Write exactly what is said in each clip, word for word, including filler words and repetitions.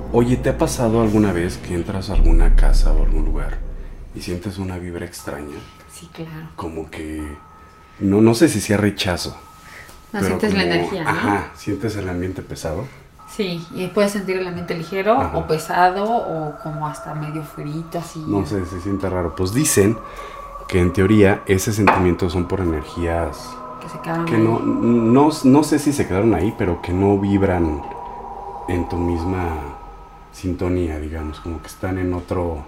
Oye, ¿te ha pasado alguna vez que entras a alguna casa o algún lugar y sientes una vibra extraña? Sí, claro. Como que, no, no sé si sea rechazo. No, pero sientes la como- energía, ¿no? Ajá, sientes el ambiente pesado. Sí, y puedes sentir el ambiente ligero Ajá. o pesado o como hasta medio frito, así. No sé, se siente raro. Pues dicen que en teoría ese sentimiento son por energías Que se quedan que ahí. no, no, no sé si se quedaron ahí, pero que no vibran en tu misma sintonía, digamos, como que están en otro,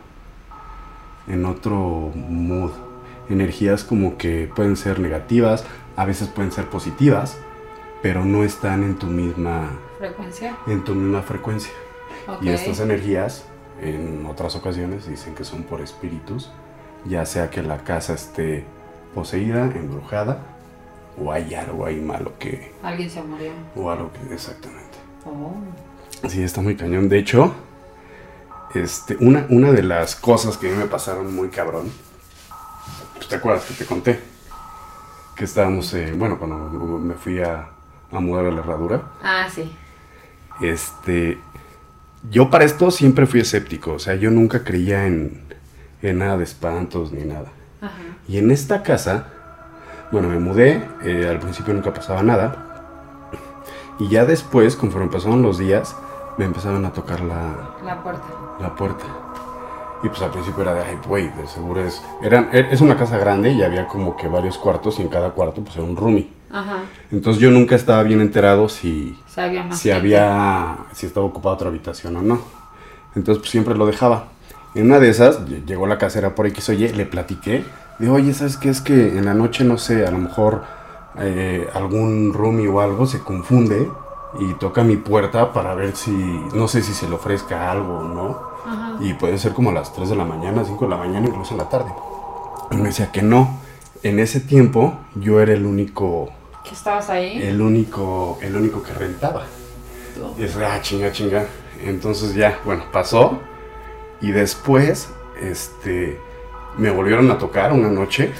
en otro mood. Energías como que pueden ser negativas, a veces pueden ser positivas, pero no están en tu misma, ¿Frecuencia? en tu misma frecuencia. Ok. Y estas energías, en otras ocasiones, dicen que son por espíritus, ya sea que la casa esté poseída, embrujada, o hay algo ahí malo que... Alguien se murió. o algo que... exactamente. Oh. Sí, está muy cañón. De hecho, este, una, una de las cosas que a mí me pasaron muy cabrón, pues te acuerdas que te conté, que estábamos, eh, bueno, cuando me fui a, a mudar a la herradura, Ah, sí. este, yo para esto siempre fui escéptico, o sea, yo nunca creía en, en nada de espantos ni nada. Ajá. Y en esta casa, bueno, me mudé, eh, al principio nunca pasaba nada, y ya después, conforme pasaron los días, me empezaban a tocar la, La puerta. la puerta. Y pues al principio era de, ay, güey, de seguro es... Eran, es una casa grande y había como que varios cuartos y en cada cuarto pues era un roomie. Ajá. Entonces yo nunca estaba bien enterado si, O sea, había más si gente. había, si estaba ocupada otra habitación o no. Entonces pues siempre lo dejaba. En una de esas, ll- llegó la casera por X, oye, le platiqué. Digo, oye, ¿sabes qué? Es que en la noche, no sé, a lo mejor eh, algún roomie o algo se confunde y toca mi puerta para ver si, no sé si se le ofrezca algo o no. Ajá. Y puede ser como a las tres de la mañana, cinco de la mañana, incluso en la tarde. Y me decía que no. En ese tiempo yo era el único, ¿Que estabas ahí? el único, el único que rentaba. Y es, ah, chinga, chinga. Entonces ya, bueno, pasó. Y después, este, me volvieron a tocar una noche.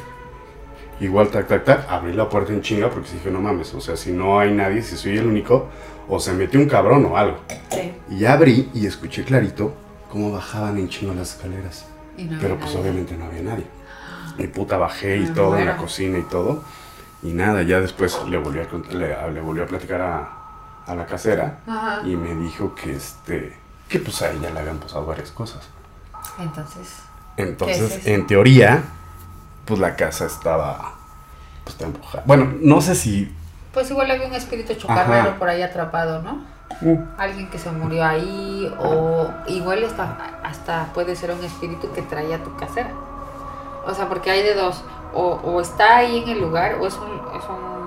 Igual, tac, tac, tac. Abrí la puerta en chinga porque dije, no mames, o sea, si no hay nadie, si soy el único, o se metió un cabrón o algo. Sí. Y ya abrí y escuché clarito cómo bajaban en chingo las escaleras. Y no Pero había pues nadie. obviamente no había nadie. Mi puta bajé y Me todo, en la muero. cocina y todo. Y nada, ya después le volví a, cont- le, le volví a platicar a, a la casera. Ajá. Y me dijo que este que pues a ella le habían pasado varias cosas. Entonces, Entonces, ¿Qué es eso? en teoría, pues la casa estaba pues está embrujada. Bueno, no sé si pues igual había un espíritu Ajá. chocarrero por ahí atrapado, ¿no? uh, Alguien que se murió ahí o igual hasta, hasta puede ser un espíritu que traía a tu casera. O sea, porque hay de dos. O, o está ahí en el lugar o es un, es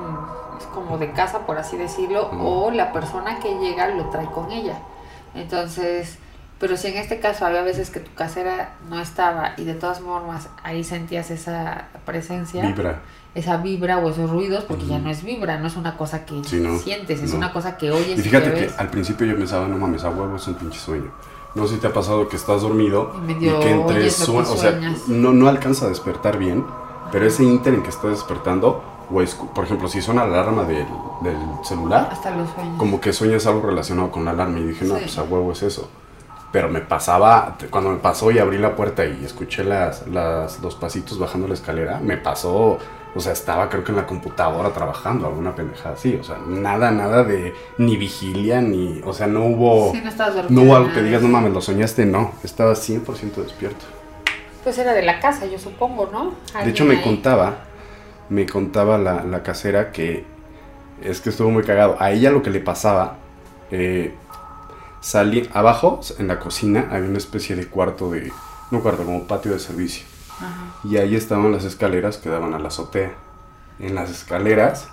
un es como de casa, por así decirlo, Mm. o la persona que llega lo trae con ella. Entonces, pero si en este caso había veces que tu casera no estaba y de todas formas ahí sentías esa presencia, vibra. esa vibra o esos ruidos, porque ya Ujú. no es vibra, no es una cosa que Sí, no, sientes, es no. una cosa que oyes Y y, fíjate que que ves. al principio yo pensaba, no mames, a huevo es un pinche sueño. No sé si te ha pasado que estás dormido Y medio que entre oyes lo que sue- o sea, sueñas. no, no alcanza a despertar bien, pero ese inter en que estás despertando, o escu- por ejemplo, si suena la alarma del, del celular, Hasta los sueños. como que sueñas algo relacionado con la alarma y dije, no, Sí. pues a huevo es eso. Pero me pasaba, cuando me pasó y abrí la puerta y escuché las, las, los pasitos bajando la escalera, me pasó, o sea, estaba creo que en la computadora trabajando, alguna pendejada así, o sea, nada, nada de ni vigilia, ni, o sea, no hubo, Sí, no estabas no dormido. hubo algo que nada. digas, no mames, lo soñaste, no, estaba cien por ciento despierto. Pues era de la casa, yo supongo, ¿no? De hecho, me Alguien ahí. contaba, me contaba la, la casera que es que estuvo muy cagado. A ella lo que le pasaba, eh, salí abajo, en la cocina, había una especie de cuarto de, no cuarto, como patio de servicio. Ajá. Y ahí estaban las escaleras que daban a la azotea. En las escaleras,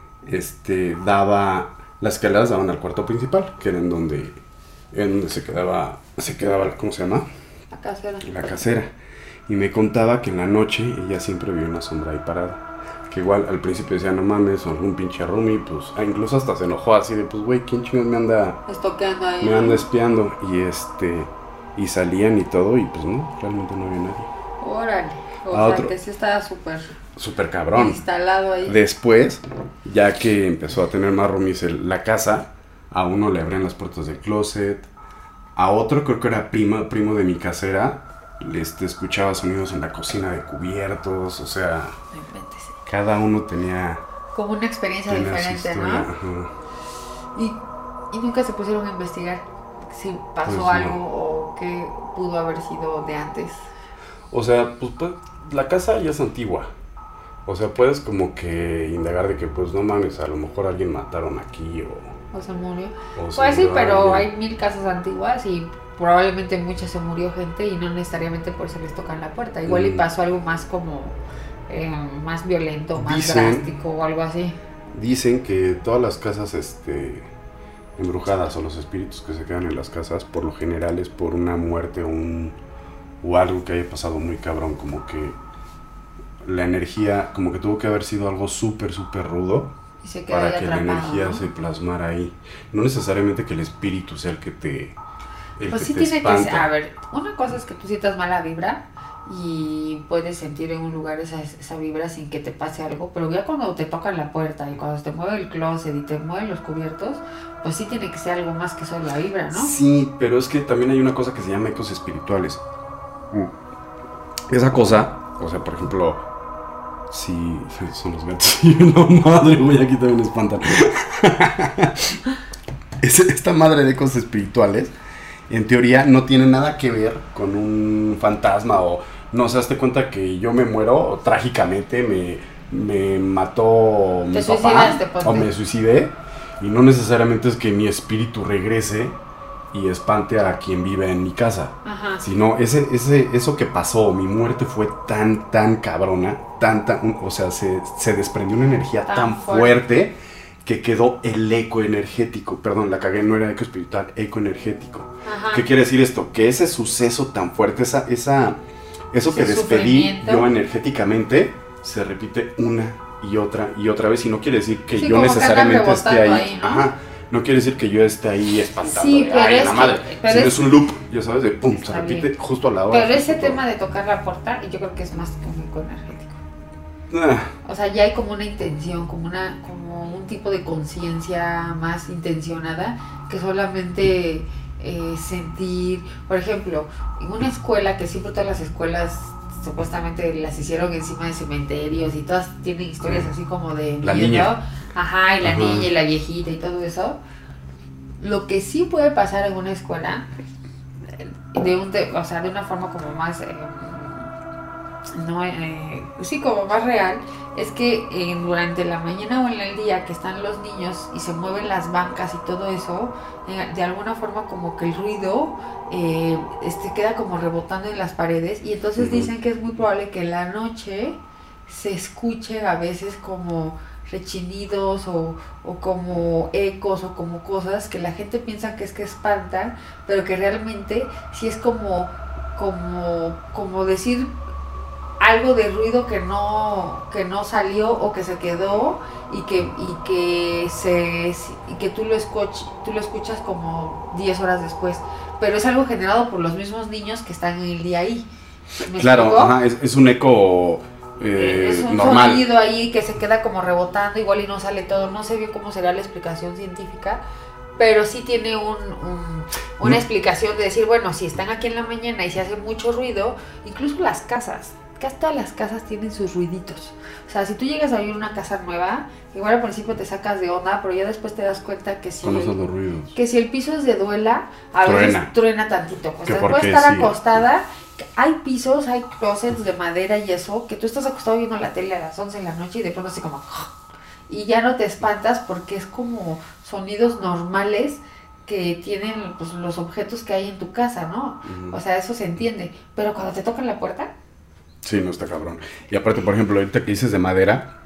este, daba, las escaleras daban al cuarto principal, que era en donde, en donde se quedaba, se quedaba, ¿cómo se llama? La casera. La casera. Y me contaba que en la noche ella siempre vio una sombra ahí parada. Que igual al principio decía, no mames, o algún pinche roomie, pues, ah, incluso hasta se enojó así de, pues, güey, ¿quién chingados me anda, Estoqueando ahí. me ¿no? anda espiando? Y este, y salían y todo, y pues no, realmente no había nadie. Órale. O A sea, otro. que sí estaba súper Súper cabrón. instalado ahí. Después, ya que empezó a tener más roomies el- la casa, a uno le abrían las puertas del closet, A otro, creo que era prima, primo de mi casera, este, escuchaba sonidos en la cocina de cubiertos, o sea, cada uno tenía... Como una experiencia diferente, ¿no? Ajá. Y, y nunca se pusieron a investigar si pasó pues algo no. o qué pudo haber sido de antes. O sea, pues, pues la casa ya es antigua. O sea, puedes como que indagar de que, pues, no mames, a lo mejor alguien mataron aquí o... O se murió. O se pues sí, pero alguien. hay mil casas antiguas y probablemente muchas se murió gente y no necesariamente por eso les tocan la puerta. Igual mm. y pasó algo más como... Eh, más violento, más dicen, drástico o algo así. Dicen que todas las casas este, embrujadas o los espíritus que se quedan en las casas, por lo general es por una muerte o, un, o algo que haya pasado muy cabrón, como que la energía, como que tuvo que haber sido algo súper, súper rudo y se para que atrapado, la energía ¿no? se plasmara ahí. No necesariamente que el espíritu sea el que te el Pues que sí te tiene espanta. que ser, a ver, una cosa es que tú sientas mala vibra y puedes sentir en un lugar esa, esa vibra sin que te pase algo, pero ya cuando te tocan la puerta y cuando te mueve el closet y te mueven los cubiertos, pues sí tiene que ser algo más que solo la vibra, ¿no? Sí, pero es que también hay una cosa que se llama ecos espirituales. Esa cosa, o sea, por ejemplo, si son los gatos, no madre, güey, aquí también espantan. Esta madre de ecos espirituales, en teoría, no tiene nada que ver con un fantasma o no se hazte cuenta que yo me muero trágicamente, me, me mató mi papá o me suicidé y no necesariamente es que mi espíritu regrese y espante a quien vive en mi casa. Ajá. Sino ese, ese, eso que pasó, mi muerte fue tan, tan cabrona, tan, tan, o sea, se, se desprendió una energía tan, tan fuerte, fuerte que quedó el eco energético, perdón, la cagué, no era eco espiritual, eco energético. Ajá. ¿Qué quiere decir esto? Que ese suceso tan fuerte, esa, esa, eso que despedí yo energéticamente, se repite una y otra y otra vez, y no quiere decir que sí, yo necesariamente esté ahí, ahí, ¿no? Ajá, no quiere decir que yo esté ahí espantando, sí, de, pero ay, es la que, madre, pero si es, es un loop, ya sabes, de pum, se repite bien. Justo a la hora. Pero ese todo. tema de tocar la puerta, yo creo que es más que un eco energético. Ah. O sea, ya hay como una intención, como una como un tipo de conciencia más intencionada que solamente eh, sentir, por ejemplo, en una escuela, que siempre todas las escuelas supuestamente las hicieron encima de cementerios y todas tienen historias así como de la miedo, niña. Ajá, y la Ajá. niña y la viejita y todo eso. Lo que sí puede pasar en una escuela, de un de, o sea, de una forma como más eh, no eh, sí, como más real, es que eh, durante la mañana o en el día que están los niños y se mueven las bancas y todo eso, eh, de alguna forma como que el ruido eh, este, queda como rebotando en las paredes y entonces uh-huh. dicen que es muy probable que en la noche se escuche a veces como rechinidos o, o como ecos o como cosas que la gente piensa que es que espantan, pero que realmente sí es como, como, como decir algo de ruido que no que no salió o que se quedó y que y que se y que tú lo escuch, tú lo escuchas como diez horas después, pero es algo generado por los mismos niños que están en el día ahí. Claro, ajá, es, es un eco eh, es un normal. Sonido ahí que se queda como rebotando, igual y no sale todo, no sé bien cómo será la explicación científica, pero sí tiene un, un, una mm. explicación de decir, bueno, si están aquí en la mañana y se hace mucho ruido, incluso las casas, casi todas las casas tienen sus ruiditos. O sea, si tú llegas a vivir una casa nueva, igual al principio te sacas de onda, pero ya después te das cuenta que si, el, que si el piso es de duela, a truena. veces truena tantito. O sea, puedes estar sí. acostada, hay pisos, hay closets de madera y eso, que tú estás acostado viendo la tele a las once de la noche y de pronto así como... Y ya no te espantas porque es como sonidos normales que tienen pues, los objetos que hay en tu casa, ¿no? Uh-huh. O sea, eso se entiende. Pero cuando te tocan la puerta... Sí, no está cabrón. Y aparte, por ejemplo, ahorita que dices de madera,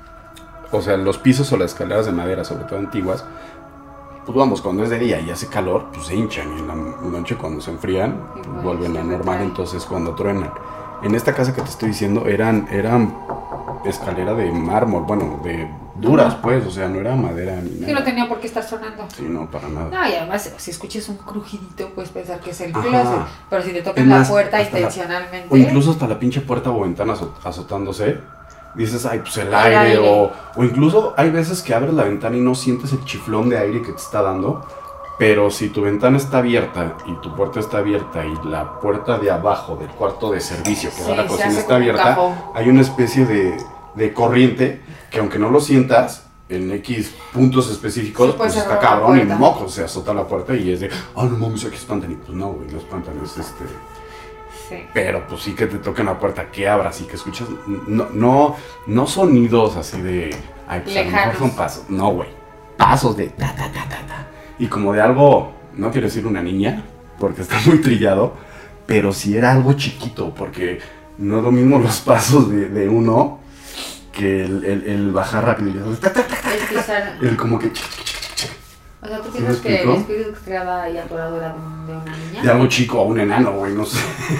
o sea, los pisos o las escaleras de madera, sobre todo antiguas, pues vamos, cuando es de día y hace calor, pues se hinchan. Y en la noche cuando se enfrían, pues pues, vuelven a normal, trae. Entonces cuando truenan. En esta casa que te estoy diciendo, eran, eran escalera de mármol, bueno, de duras, uh-huh. pues, o sea, no era madera ni nada. Sí, no tenía por qué estar sonando. Sí, no, para nada. No, y además, si escuchas un crujidito, puedes pensar que es el closet, pero si te tocan la puerta intencionalmente... La, o incluso hasta la pinche puerta o ventana azot, azotándose, dices, ay, pues el, el aire, aire. O, o incluso hay veces que abres la ventana y no sientes el chiflón de aire que te está dando, Pero si tu ventana está abierta y tu puerta está abierta y la puerta de abajo del cuarto de servicio que Sí, da a la se cocina hace está como un abierta, cajón. hay una especie de, de corriente que aunque no lo sientas, en X puntos específicos, Sí, pues pues cerrar está la cabrón y puerta. moco, se azota la puerta y es de, ah, no mames, aquí espantan. Y pues no, güey, no espantan, es este... Sí. Pero pues sí que te toquen la puerta, que abras y que escuchas, no, no, no sonidos así de, ay, pues a lo mejor Lejanos. son pasos, no, güey, pasos de ta, ta, ta, ta, ta. Y como de algo, no quiero decir una niña, porque está muy trillado, pero sí era algo chiquito, porque no es lo mismo los pasos de, de uno que el, el, el bajar rápido y el, ta, ta, ta, ta, El pisar. el como que O sea, ¿tú ¿Sí piensas me que el explico? espíritu que quedaba ahí atorado era de, un- de una niña? de algo chico a un enano, güey, no sé,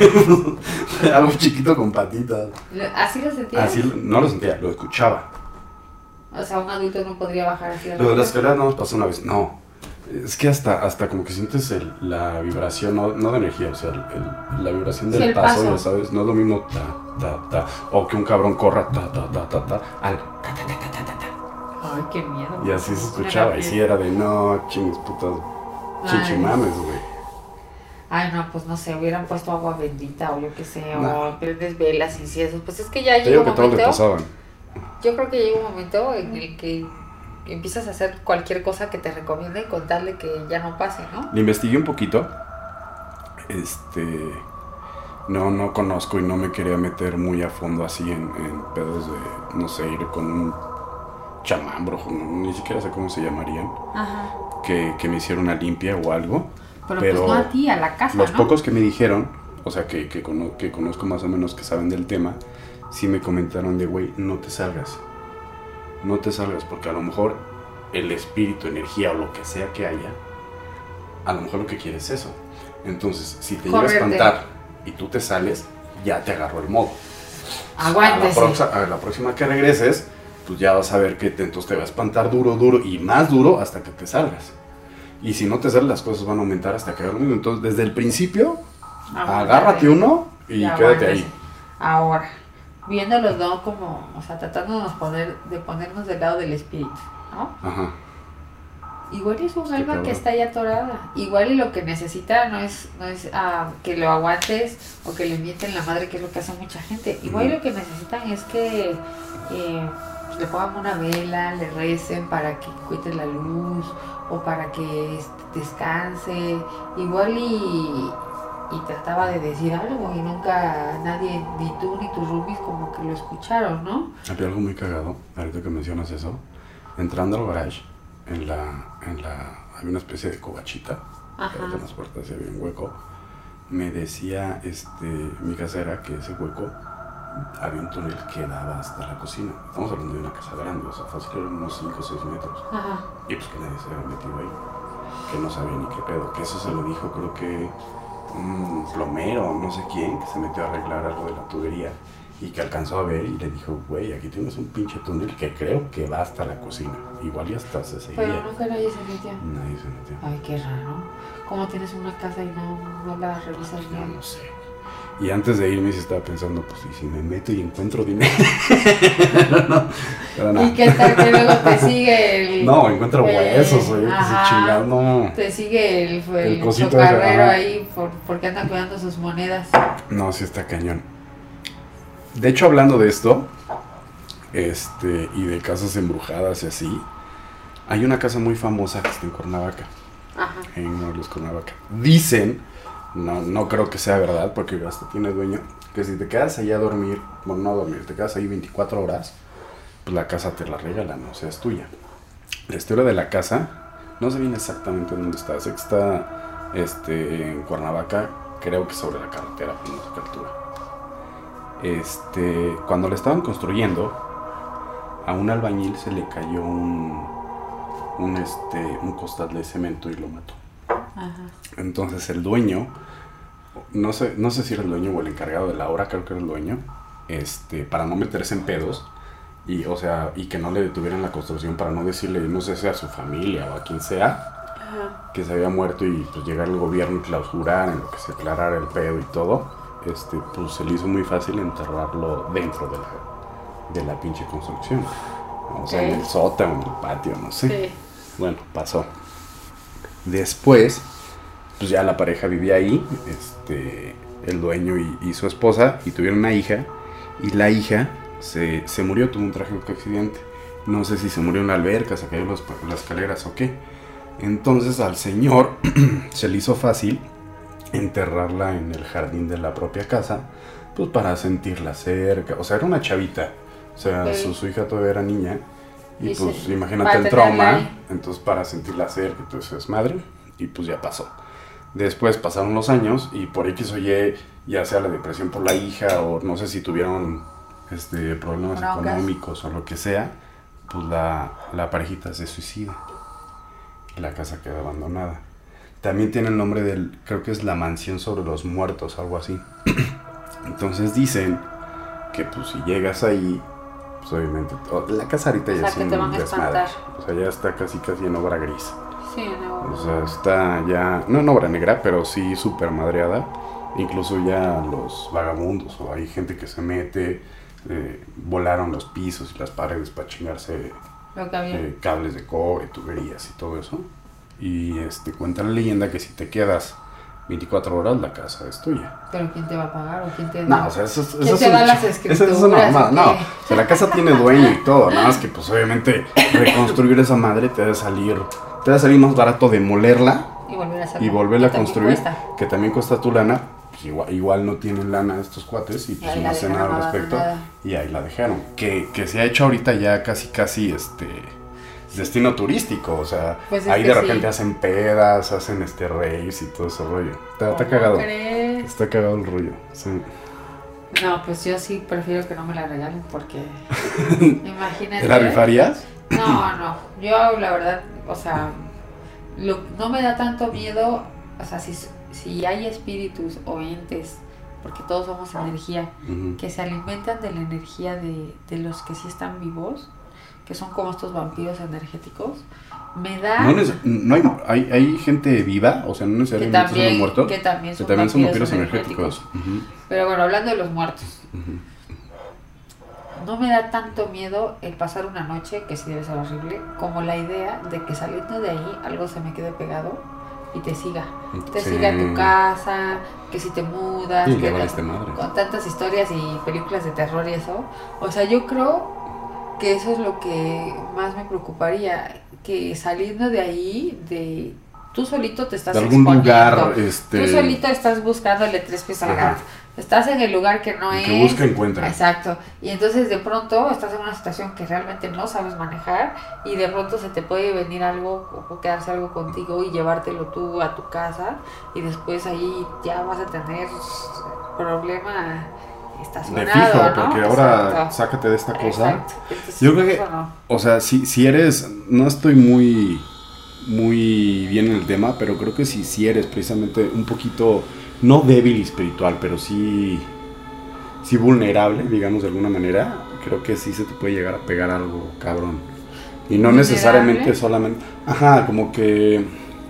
algo chiquito con patitas. Lo- ¿Así lo sentías? Así no lo sentía, lo escuchaba. O sea, un adulto no podría bajar así. Lo de las rápido. escaleras no nos pasó una vez, no. Es que hasta, hasta como que sientes el, la vibración, no, no de energía, o sea, el, el- la vibración del Sí, el paso, paso. ya sabes, no es lo mismo ta, ta, ta, o que un cabrón corra ta, ta, ta, ta, ta, al ta, ta, ta, ta, ta, ta, ta. Ay, qué miedo. Y así se escuchaba, y sí era de no, chingues putas, chichimames, güey. Ay, no, pues no sé, hubieran puesto agua bendita o yo qué sé, No. o prendes velas, inciensos. Pues es que ya Te llega digo un que todos le momento. pasaban. Yo creo que llega un momento en el que empiezas a hacer cualquier cosa que te recomienden con tal de que ya no pase, ¿no? Le investigué un poquito, este, no, no conozco y no me quería meter muy a fondo así en, en pedos de, no sé, ir con un chamán, brujo, no, ni siquiera sé cómo se llamarían, Ajá. que, que me hiciera una limpia o algo. Pero, Pero pues no a ti, a la casa, Los ¿no? pocos que me dijeron, o sea, que, que, cono- que conozco más o menos que saben del tema, sí me comentaron de, güey, no te salgas. No te salgas, porque a lo mejor el espíritu, energía o lo que sea que haya, a lo mejor lo que quiere es eso. Entonces, si te llega a Correrte. espantar y tú te sales, ya te agarró el modo. A la, Aguántese. próxima, a la próxima que regreses, pues ya vas a ver que te, entonces te va a espantar duro, duro y más duro hasta que te salgas. Y si no te sales, las cosas van a aumentar hasta que haga lo mismo. Entonces, desde el principio, Aguántate. agárrate uno y Y quédate aguántese. ahí. Ahora, viéndolo no como, o sea, tratándonos poner, de ponernos del lado del espíritu, ¿no? Ajá. Igual es un Qué alma cabrón. que está ahí atorada. Igual y lo que necesita no es, no es ah, que lo aguantes o que le mienten la madre, que es lo que hace mucha gente. Igual Ujú. lo que necesitan es que eh, pues, le pongan una vela, le recen para que encuentre la luz o para que este, descanse. Igual y, y trataba de decir algo y nunca nadie, ni tú ni tus rubis, como que lo escucharon, ¿no? Había algo muy cagado, ahorita que mencionas eso. Entrando al garage, en la, en la, había una especie de covachita, Ajá. en las puertas y había un hueco. Me decía este, mi casera que ese hueco había un túnel que daba hasta la cocina. Estamos hablando de una casa grande, o sea, fácil eran unos cinco o seis metros. Ajá. Y pues que nadie se había metido ahí, que no sabía ni qué pedo, que eso se lo dijo creo que un plomero, no sé quién, que se metió a arreglar algo de la tubería y que alcanzó a ver y le dijo, güey, aquí tienes un pinche túnel que creo que va hasta la cocina, igual y hasta se seguía. Pero nunca nadie se metió. Nadie se metió. Ay, qué raro. ¿Cómo tienes una casa y no, no la revisas No, bien? no sé. Y antes de irme sí estaba pensando, pues, ¿y si me meto y encuentro dinero? no, pero no. ¿Y qué tal que luego te sigue el... No, encuentro eh, huesos, oye, que se ajá. chingan, no. Te sigue el, el, El cosito chocarrero ese, ajá. ahí por, porque anda cuidando sus monedas. No, sí está cañón. De hecho, hablando de esto, este, y de casas embrujadas y así, hay una casa muy famosa que está en Cuernavaca, Ajá. en Morelos, Cuernavaca. Dicen, no, no creo que sea verdad, porque hasta tiene dueño, que si te quedas ahí a dormir, bueno, no a dormir, te quedas ahí veinticuatro horas, pues la casa te la regalan, o sea, es tuya. La historia de la casa, no sé bien exactamente dónde está, sé que está este, en Cuernavaca, creo que sobre la carretera, pero no sé qué altura. Este, cuando la estaban construyendo, a un albañil se le cayó un, un, este, un costal de cemento y lo mató. Ajá. Entonces el dueño, no sé, no sé si era el dueño o el encargado de la obra, creo que era el dueño, este, para no meterse en pedos y, o sea, y que no le detuvieran la construcción, para no decirle, no sé si a su familia o a quien sea, Ajá. que se había muerto y pues llegar el gobierno y clausurar, en lo que se aclarara el pedo y todo, este, pues se le hizo muy fácil enterrarlo dentro de la, de la pinche construcción. O sea, en el Ok. sótano, en el patio, no sé. Sí. Bueno, pasó. Después, pues ya la pareja vivía ahí, este, el dueño y, y su esposa, y tuvieron una hija, y la hija se, se murió, tuvo un trágico accidente. No sé si se murió en la alberca, se cayó los, las escaleras o qué. Entonces al señor se le hizo fácil enterrarla en el jardín de la propia casa, pues para sentirla cerca. O sea, era una chavita, o sea, okay. su, su hija todavía era niña. Y Dice, pues imagínate el trauma, entonces para sentirla cerca, entonces es madre, y pues ya pasó. Después pasaron los años y por X o Y, ya sea la depresión por la hija o no sé si tuvieron este, problemas Broncas. económicos o lo que sea, pues la, la parejita se suicida y la casa queda abandonada. También tiene el nombre del, creo que es la mansión sobre los muertos, algo así. Entonces dicen que pues si llegas ahí, pues obviamente, la casa ahorita ya es un desmadre. O sea, ya está casi casi en obra gris. Sí, en obra. O sea, está ya, no en obra negra, pero sí súper madreada. Incluso ya los vagabundos, o hay gente que se mete, eh, volaron los pisos y las paredes para chingarse eh, cables de cobre, tuberías y todo eso. Y este cuenta la leyenda que si te quedas veinticuatro horas, la casa es tuya. ¿Pero quién te va a pagar o quién te da? No, o sea, eso, eso ¿Quién es te un, da las escrituras? Eso es una mamada, no. O sea, la casa tiene dueño y todo, nada más que pues obviamente reconstruir esa madre te debe salir, te debe salir más barato demolerla y, volver a hacerla. y volverla a que construir, también que también cuesta tu lana. Pues igual, igual no tienen lana estos cuates y pues y no hacen nada al respecto. Nada. Y ahí la dejaron. Que, que se ha hecho ahorita ya casi casi este destino turístico, o sea, pues ahí de repente sí. hacen pedas, hacen este raves y todo ese rollo. Está, está cagado. Crees? Está cagado el rollo. Sí. No, pues yo sí prefiero que no me la regalen porque imagínate. ¿Te la rifarías? No, no. Yo la verdad, o sea, lo, no me da tanto miedo, o sea, si, si hay espíritus o entes, porque todos somos energía, uh-huh. que se alimentan de la energía de, de los que sí están vivos, que son como estos vampiros energéticos, me da... No, no hay, hay, hay gente viva, o sea, no necesariamente que también, son muertos, que también son, que también vampiros, son vampiros energéticos. energéticos. Uh-huh. Pero bueno, hablando de los muertos, uh-huh. no me da tanto miedo el pasar una noche, que sí debe ser horrible, como la idea de que saliendo de ahí algo se me quede pegado y te siga. Te sí. siga a tu casa, que si te mudas, sí, que te, madre. Con tantas historias y películas de terror y eso. O sea, yo creo que eso es lo que más me preocuparía, que saliendo de ahí, de tú solito te estás de algún lugar, este... tú solito estás buscándole tres pies al gato, estás en el lugar que no el es, que busca encuentra, exacto, y entonces de pronto estás en una situación que realmente no sabes manejar y de pronto se te puede venir algo o quedarse algo contigo y llevártelo tú a tu casa y después ahí ya vas a tener problema estacionado, de fijo, ¿no? porque ahora Exacto. sácate de esta cosa. Entonces, yo creo que, no. o sea, si, si eres, no estoy muy, muy bien en el tema, pero creo que si, si eres precisamente un poquito, no débil espiritual, pero sí, sí vulnerable, digamos de alguna manera, creo que sí se te puede llegar a pegar algo cabrón. Y no ¿vulnerable? Necesariamente solamente, ajá, como que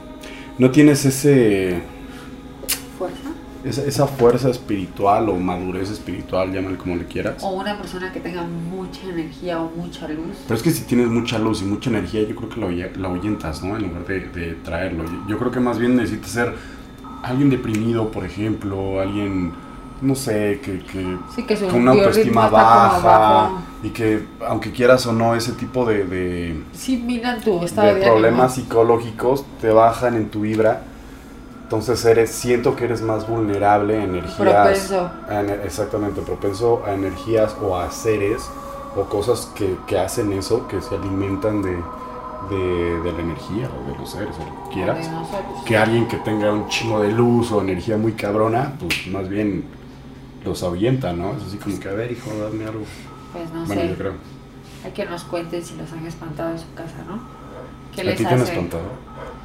no tienes ese... ¿Fuerza? Esa, esa fuerza espiritual o madurez espiritual, llámale como le quieras. O una persona que tenga mucha energía o mucha luz. Pero es que si tienes mucha luz y mucha energía, yo creo que la, la ahuyentas, ¿no? En lugar de, de traerlo. Yo, yo creo que más bien necesitas ser alguien deprimido, por ejemplo, alguien, no sé, que, que, sí, que con una autoestima baja y que, aunque quieras o no, ese tipo de, de, sí, miran tu estado de de problemas ánimo. Psicológicos te bajan en tu vibra. Entonces eres, siento que eres más vulnerable a energías. Propenso. A, exactamente, propenso a energías o a seres o cosas que, que hacen eso, que se alimentan de, de, de la energía o de los seres, o lo que quieras. Que alguien que tenga un chingo de luz o energía muy cabrona, pues más bien los ahuyenta, ¿no? Es así como que, a ver, hijo, dame algo. Pues no bueno, sé. yo creo. Hay que nos cuenten si los han espantado en su casa, ¿no? ¿Qué ¿A les ti te han espantado?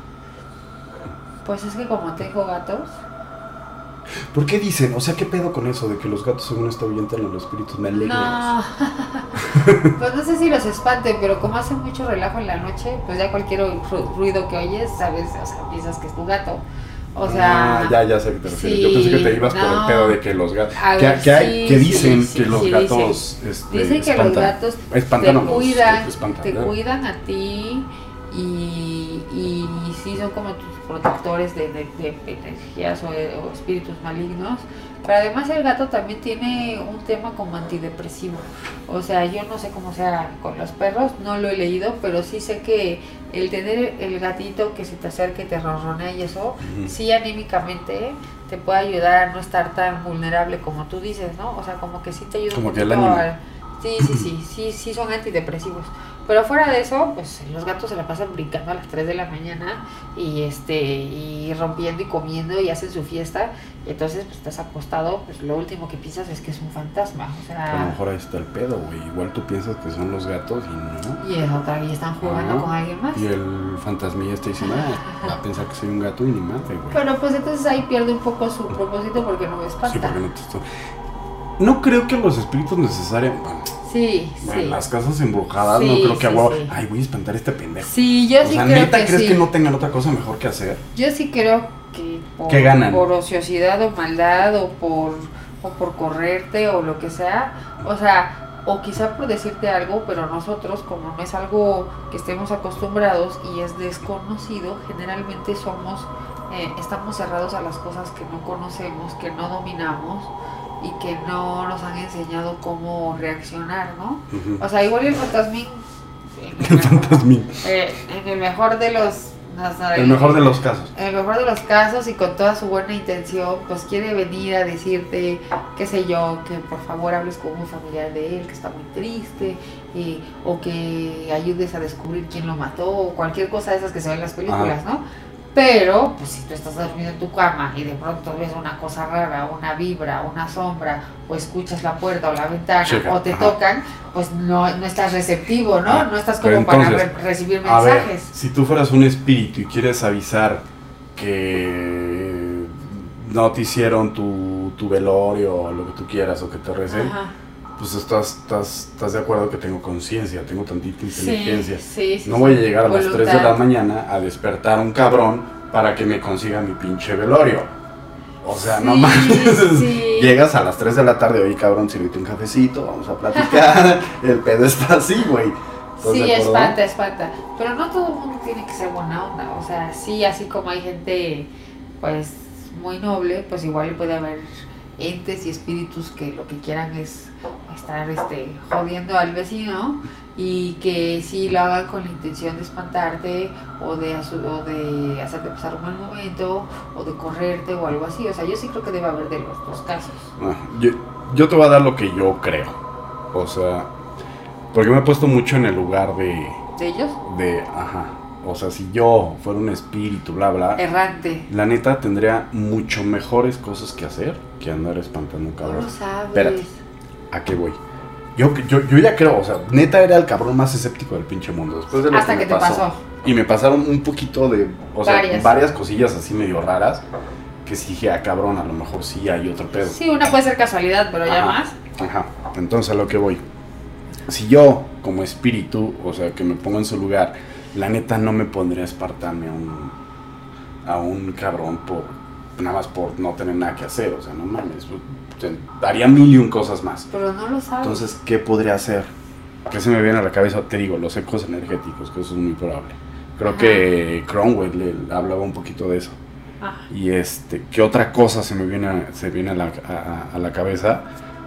Pues es que como tengo gatos. ¿Por qué dicen? O sea, ¿qué pedo con eso de que los gatos según esto ahuyentan a los espíritus malignos? No. Pues no sé si los espanten, pero como hacen mucho relajo en la noche, pues ya cualquier ruido que oyes, sabes, o sea, piensas que es tu gato. O sea, ah, ya, ya sé a qué te refieres. Sí, yo pensé que te ibas no, por el pedo de que los gatos... Que, que, hay, sí, que dicen sí, que sí, los sí, gatos dicen, este, dicen que espantan. los gatos espantan te cuidan, te, espantan, te ¿verdad? cuidan a ti y, y sí son como tus protectores de, de, de energías o, o espíritus malignos. Pero además el gato también tiene un tema como antidepresivo. O sea, yo no sé cómo sea con los perros, no lo he leído, pero sí sé que el tener el gatito que se te acerque y te ronronea y eso, uh-huh. sí anímicamente te puede ayudar a no estar tan vulnerable como tú dices, ¿no? O sea, como que sí te ayuda como un que el poquito ánimo. a... Sí, sí, sí, sí, sí son antidepresivos. Pero fuera de eso, pues los gatos se la pasan brincando a las tres de la mañana y este y rompiendo y comiendo y hacen su fiesta. Y entonces, pues estás acostado, pues lo último que piensas es que es un fantasma. O sea, a lo mejor ahí está el pedo, güey. Igual tú piensas que son los gatos y no. Y es otra, y están jugando ah, con alguien más. Y el fantasmilla está diciendo, ah, va a pensar que soy un gato y ni madre, güey. Pero pues entonces ahí pierde un poco su propósito porque no me espanta. Sí, porque no te estoy... No creo que los espíritus necesariamente... Sí, bueno, sí. Las casas embrujadas, sí, no creo que sí, hago, sí. ay, voy a espantar a este pendejo. Sí, yo o sí sea, creo ¿neta que crees sí. que no tengan otra cosa mejor que hacer? Yo sí creo que por, ¿qué ganan? por ociosidad o maldad o por, o por correrte o lo que sea, o sea, o quizá por decirte algo, pero nosotros, como no es algo que estemos acostumbrados y es desconocido, generalmente somos, eh, estamos cerrados a las cosas que no conocemos, que no dominamos y que no nos han enseñado cómo reaccionar, ¿no? Uh-huh. O sea, igual el fantasmín, el, el fantasmín, eh, en el mejor de los no, no, el mejor de los casos en el mejor de los casos y con toda su buena intención, pues quiere venir a decirte, qué sé yo, que por favor hables con un familiar de él que está muy triste, eh, o que ayudes a descubrir quién lo mató, o cualquier cosa de esas que se ven en las películas, ah. ¿no? Pero, pues si tú estás dormido en tu cama y de pronto ves una cosa rara, una vibra, una sombra, o escuchas la puerta o la ventana, Chica, o te ajá. tocan, pues no, no estás receptivo, ¿no? Ah, no estás como entonces, para re- recibir mensajes. A ver, si tú fueras un espíritu y quieres avisar que no te hicieron tu, tu velorio o lo que tú quieras o que te recen, ajá. pues estás, estás, estás de acuerdo que tengo conciencia, tengo tantita inteligencia. Sí, sí, sí, no voy a llegar a voluntad. las tres de la mañana a despertar a un cabrón para que me consiga mi pinche velorio. O sea, sí, no mames. Sí. Llegas a las tres de la tarde, oye cabrón, sírvete un cafecito, vamos a platicar. El pedo está así, güey. Sí, espanta, espanta. Pero no todo el mundo tiene que ser buena onda. O sea, sí, así como hay gente, pues, muy noble, pues igual puede haber entes y espíritus que lo que quieran es estar este jodiendo al vecino y que sí lo hagan con la intención de espantarte o de, o de hacerte pasar un mal momento o de correrte o algo así. O sea, yo sí creo que debe haber de los dos casos. Ah, yo, yo te voy a dar lo que yo creo. O sea, porque me he puesto mucho en el lugar de... ¿De ellos? De, ajá. O sea, si yo fuera un espíritu, bla, bla... errante. La neta tendría mucho mejores cosas que hacer que andar espantando un cabrón. No lo sabes. Espérate, ¿a qué voy? Yo, yo, yo ya creo, o sea, neta era el cabrón más escéptico del pinche mundo. Después de lo Hasta que, que me te pasó. pasó. Y me pasaron un poquito de... O sea, varias. varias cosillas así medio raras. Que sí dije, ah, cabrón, a lo mejor sí hay otro pedo. Sí, una puede ser casualidad, pero ya ajá, más. Ajá, entonces a lo que voy. Si yo, como espíritu, o sea, que me pongo en su lugar, la neta no me pondría a espartarme a un, a un cabrón por nada más por no tener nada que hacer. O sea, no mames, haría mil y un cosas más. Pero no lo sabes. Entonces, ¿qué podría hacer? ¿Qué se me viene a la cabeza? Te digo, los ecos energéticos, que eso es muy probable. Creo ajá. que Cromwell le hablaba un poquito de eso. Ajá. Y este, ¿qué otra cosa se me viene a, se viene a la, a, a la cabeza?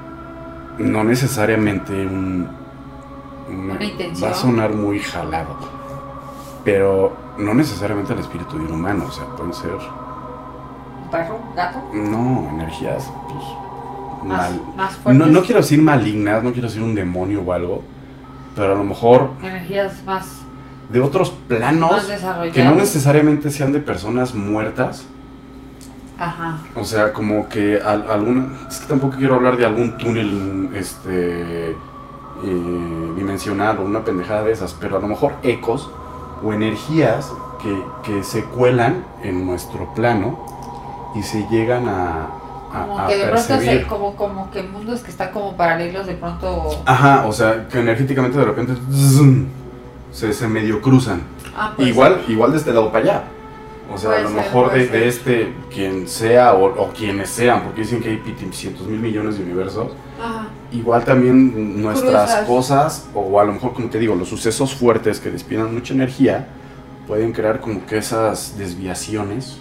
No necesariamente un, una, una intención. Va a sonar muy jalado, pero no necesariamente el espíritu de un humano, o sea, pueden ser... ¿Un perro? ¿Un gato? No, energías, pues... Más, mal, más fuertes. No, no quiero decir malignas, no quiero decir un demonio o algo, pero a lo mejor... Energías más... de otros planos que no necesariamente sean de personas muertas. Ajá. O sea, como que al, alguna, es que tampoco quiero hablar de algún túnel este eh, dimensional o una pendejada de esas, pero a lo mejor ecos o energías que, que se cuelan en nuestro plano y se llegan a, a, como a que de percibir. pronto se, como, como que mundos que están como paralelos de pronto. Ajá, o sea, que energéticamente de repente zzz, se, se medio cruzan. Ah, pues igual, sí. igual de este lado para allá. O sea, puede a lo ser, mejor de, de este, quien sea o, o quienes sean, porque dicen que hay cientos mil millones de universos. Ajá. Igual también nuestras Cruzas. cosas, o a lo mejor, como te digo, los sucesos fuertes que despiertan mucha energía, pueden crear como que esas desviaciones.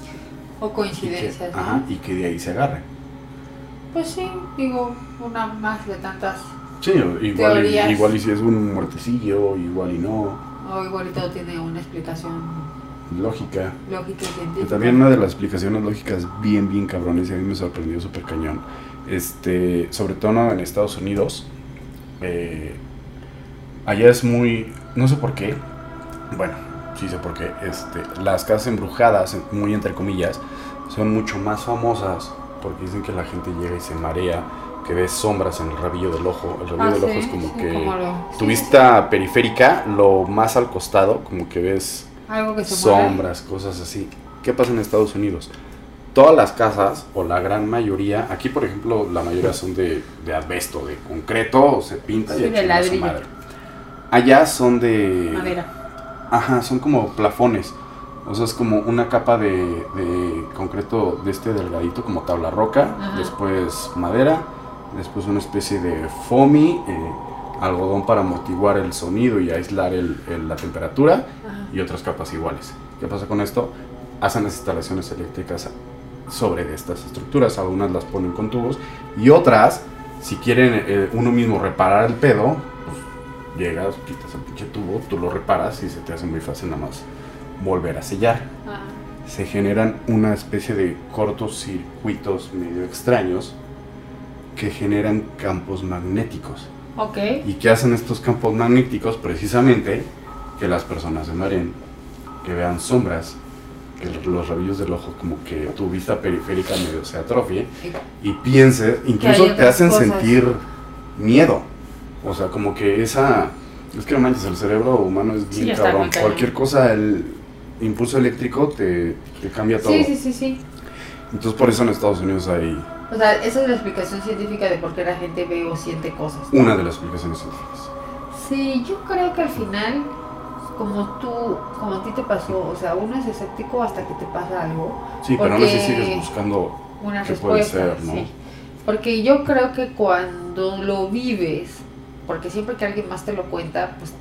O coincidencias, y que, ¿no? Ajá, y que de ahí se agarre. Pues sí, digo, una más de tantas. Sí, igual y, igual y si es un muertecillo, igual y no. O igual y todo tiene una explicación lógica. Lógica y científica. Que también una de las explicaciones lógicas bien, bien cabrones, y a mí me sorprendió súper cañón. Este, sobre todo en Estados Unidos, eh, allá es muy, no sé por qué, bueno, sí sé por qué, este, las casas embrujadas, muy entre comillas, son mucho más famosas porque dicen que la gente llega y se marea, que ves sombras en el rabillo del ojo. El rabillo ah, del ¿sí? ojo es como sí, que como lo... tu sí, vista sí. periférica, lo más al costado, como que ves algo que se sombras, mueve. Cosas así. ¿Qué pasa en Estados Unidos? Todas las casas, o la gran mayoría, aquí por ejemplo la mayoría son de, de asbesto, de concreto, o se pinta sí, y de ladrillo. Madre. Allá son de... madera. Ajá, son como plafones. O sea, es como una capa de, de concreto de este delgadito, como tabla roca, ajá. Después madera, después una especie de foamy, eh, algodón para amortiguar el sonido y aislar el, el, la temperatura, ajá. Y otras capas iguales. ¿Qué pasa con esto? Hacen las instalaciones eléctricas sobre estas estructuras, algunas las ponen con tubos y otras, si quieren eh, uno mismo reparar el pedo, pues llegas, quitas el pinche tubo, tú lo reparas y se te hace muy fácil nada más volver a sellar. Ah. Se generan una especie de cortocircuitos medio extraños que generan campos magnéticos. Okay. ¿Y qué hacen estos campos magnéticos? Precisamente que las personas se mareen, que vean sombras, que los rabillos del ojo, como que tu vista periférica medio se atrofie y pienses, incluso te hacen cosas. sentir miedo. O sea, como que esa... Es que no manches, el cerebro humano es bien sí, cabrón. Cualquier cosa, el impulso eléctrico te, te cambia todo. Sí, sí, sí, sí. Entonces por eso en Estados Unidos hay... O sea, esa es la explicación científica de por qué la gente ve o siente cosas, ¿no? Una de las explicaciones científicas. Sí, yo creo que al final, como tú, como a ti te pasó, o sea, uno es escéptico hasta que te pasa algo. Sí, pero aún así sigues buscando una qué respuesta, puede ser, ¿no? Sí. Porque yo creo que cuando lo vives, porque siempre que alguien más te lo cuenta, pues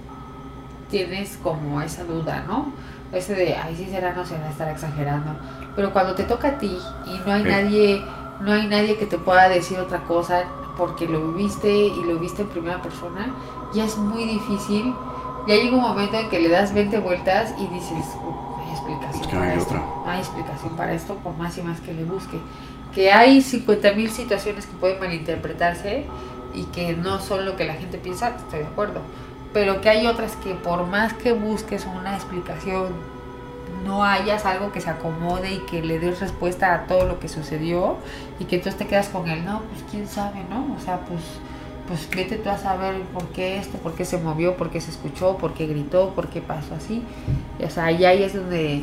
tienes como esa duda, ¿no? Ese de, ay, sí será, no será, estar exagerando. Pero cuando te toca a ti y no hay sí. nadie, no hay nadie que te pueda decir otra cosa porque lo viviste y lo viste en primera persona, ya es muy difícil. Ya llega un momento en que le das veinte vueltas y dices, uh, hay explicación es que para hay esto. Otra. No hay explicación para esto, por más y más que le busque. Que hay cincuenta mil situaciones que pueden malinterpretarse y que no son lo que la gente piensa, estoy de acuerdo. Pero que hay otras que por más que busques una explicación, no hayas algo que se acomode y que le des respuesta a todo lo que sucedió y que entonces te quedas con él, no, pues quién sabe, ¿no? O sea, pues, pues vete tú a saber por qué esto, por qué se movió, por qué se escuchó, por qué gritó, por qué pasó así. Y, o sea, y ahí es donde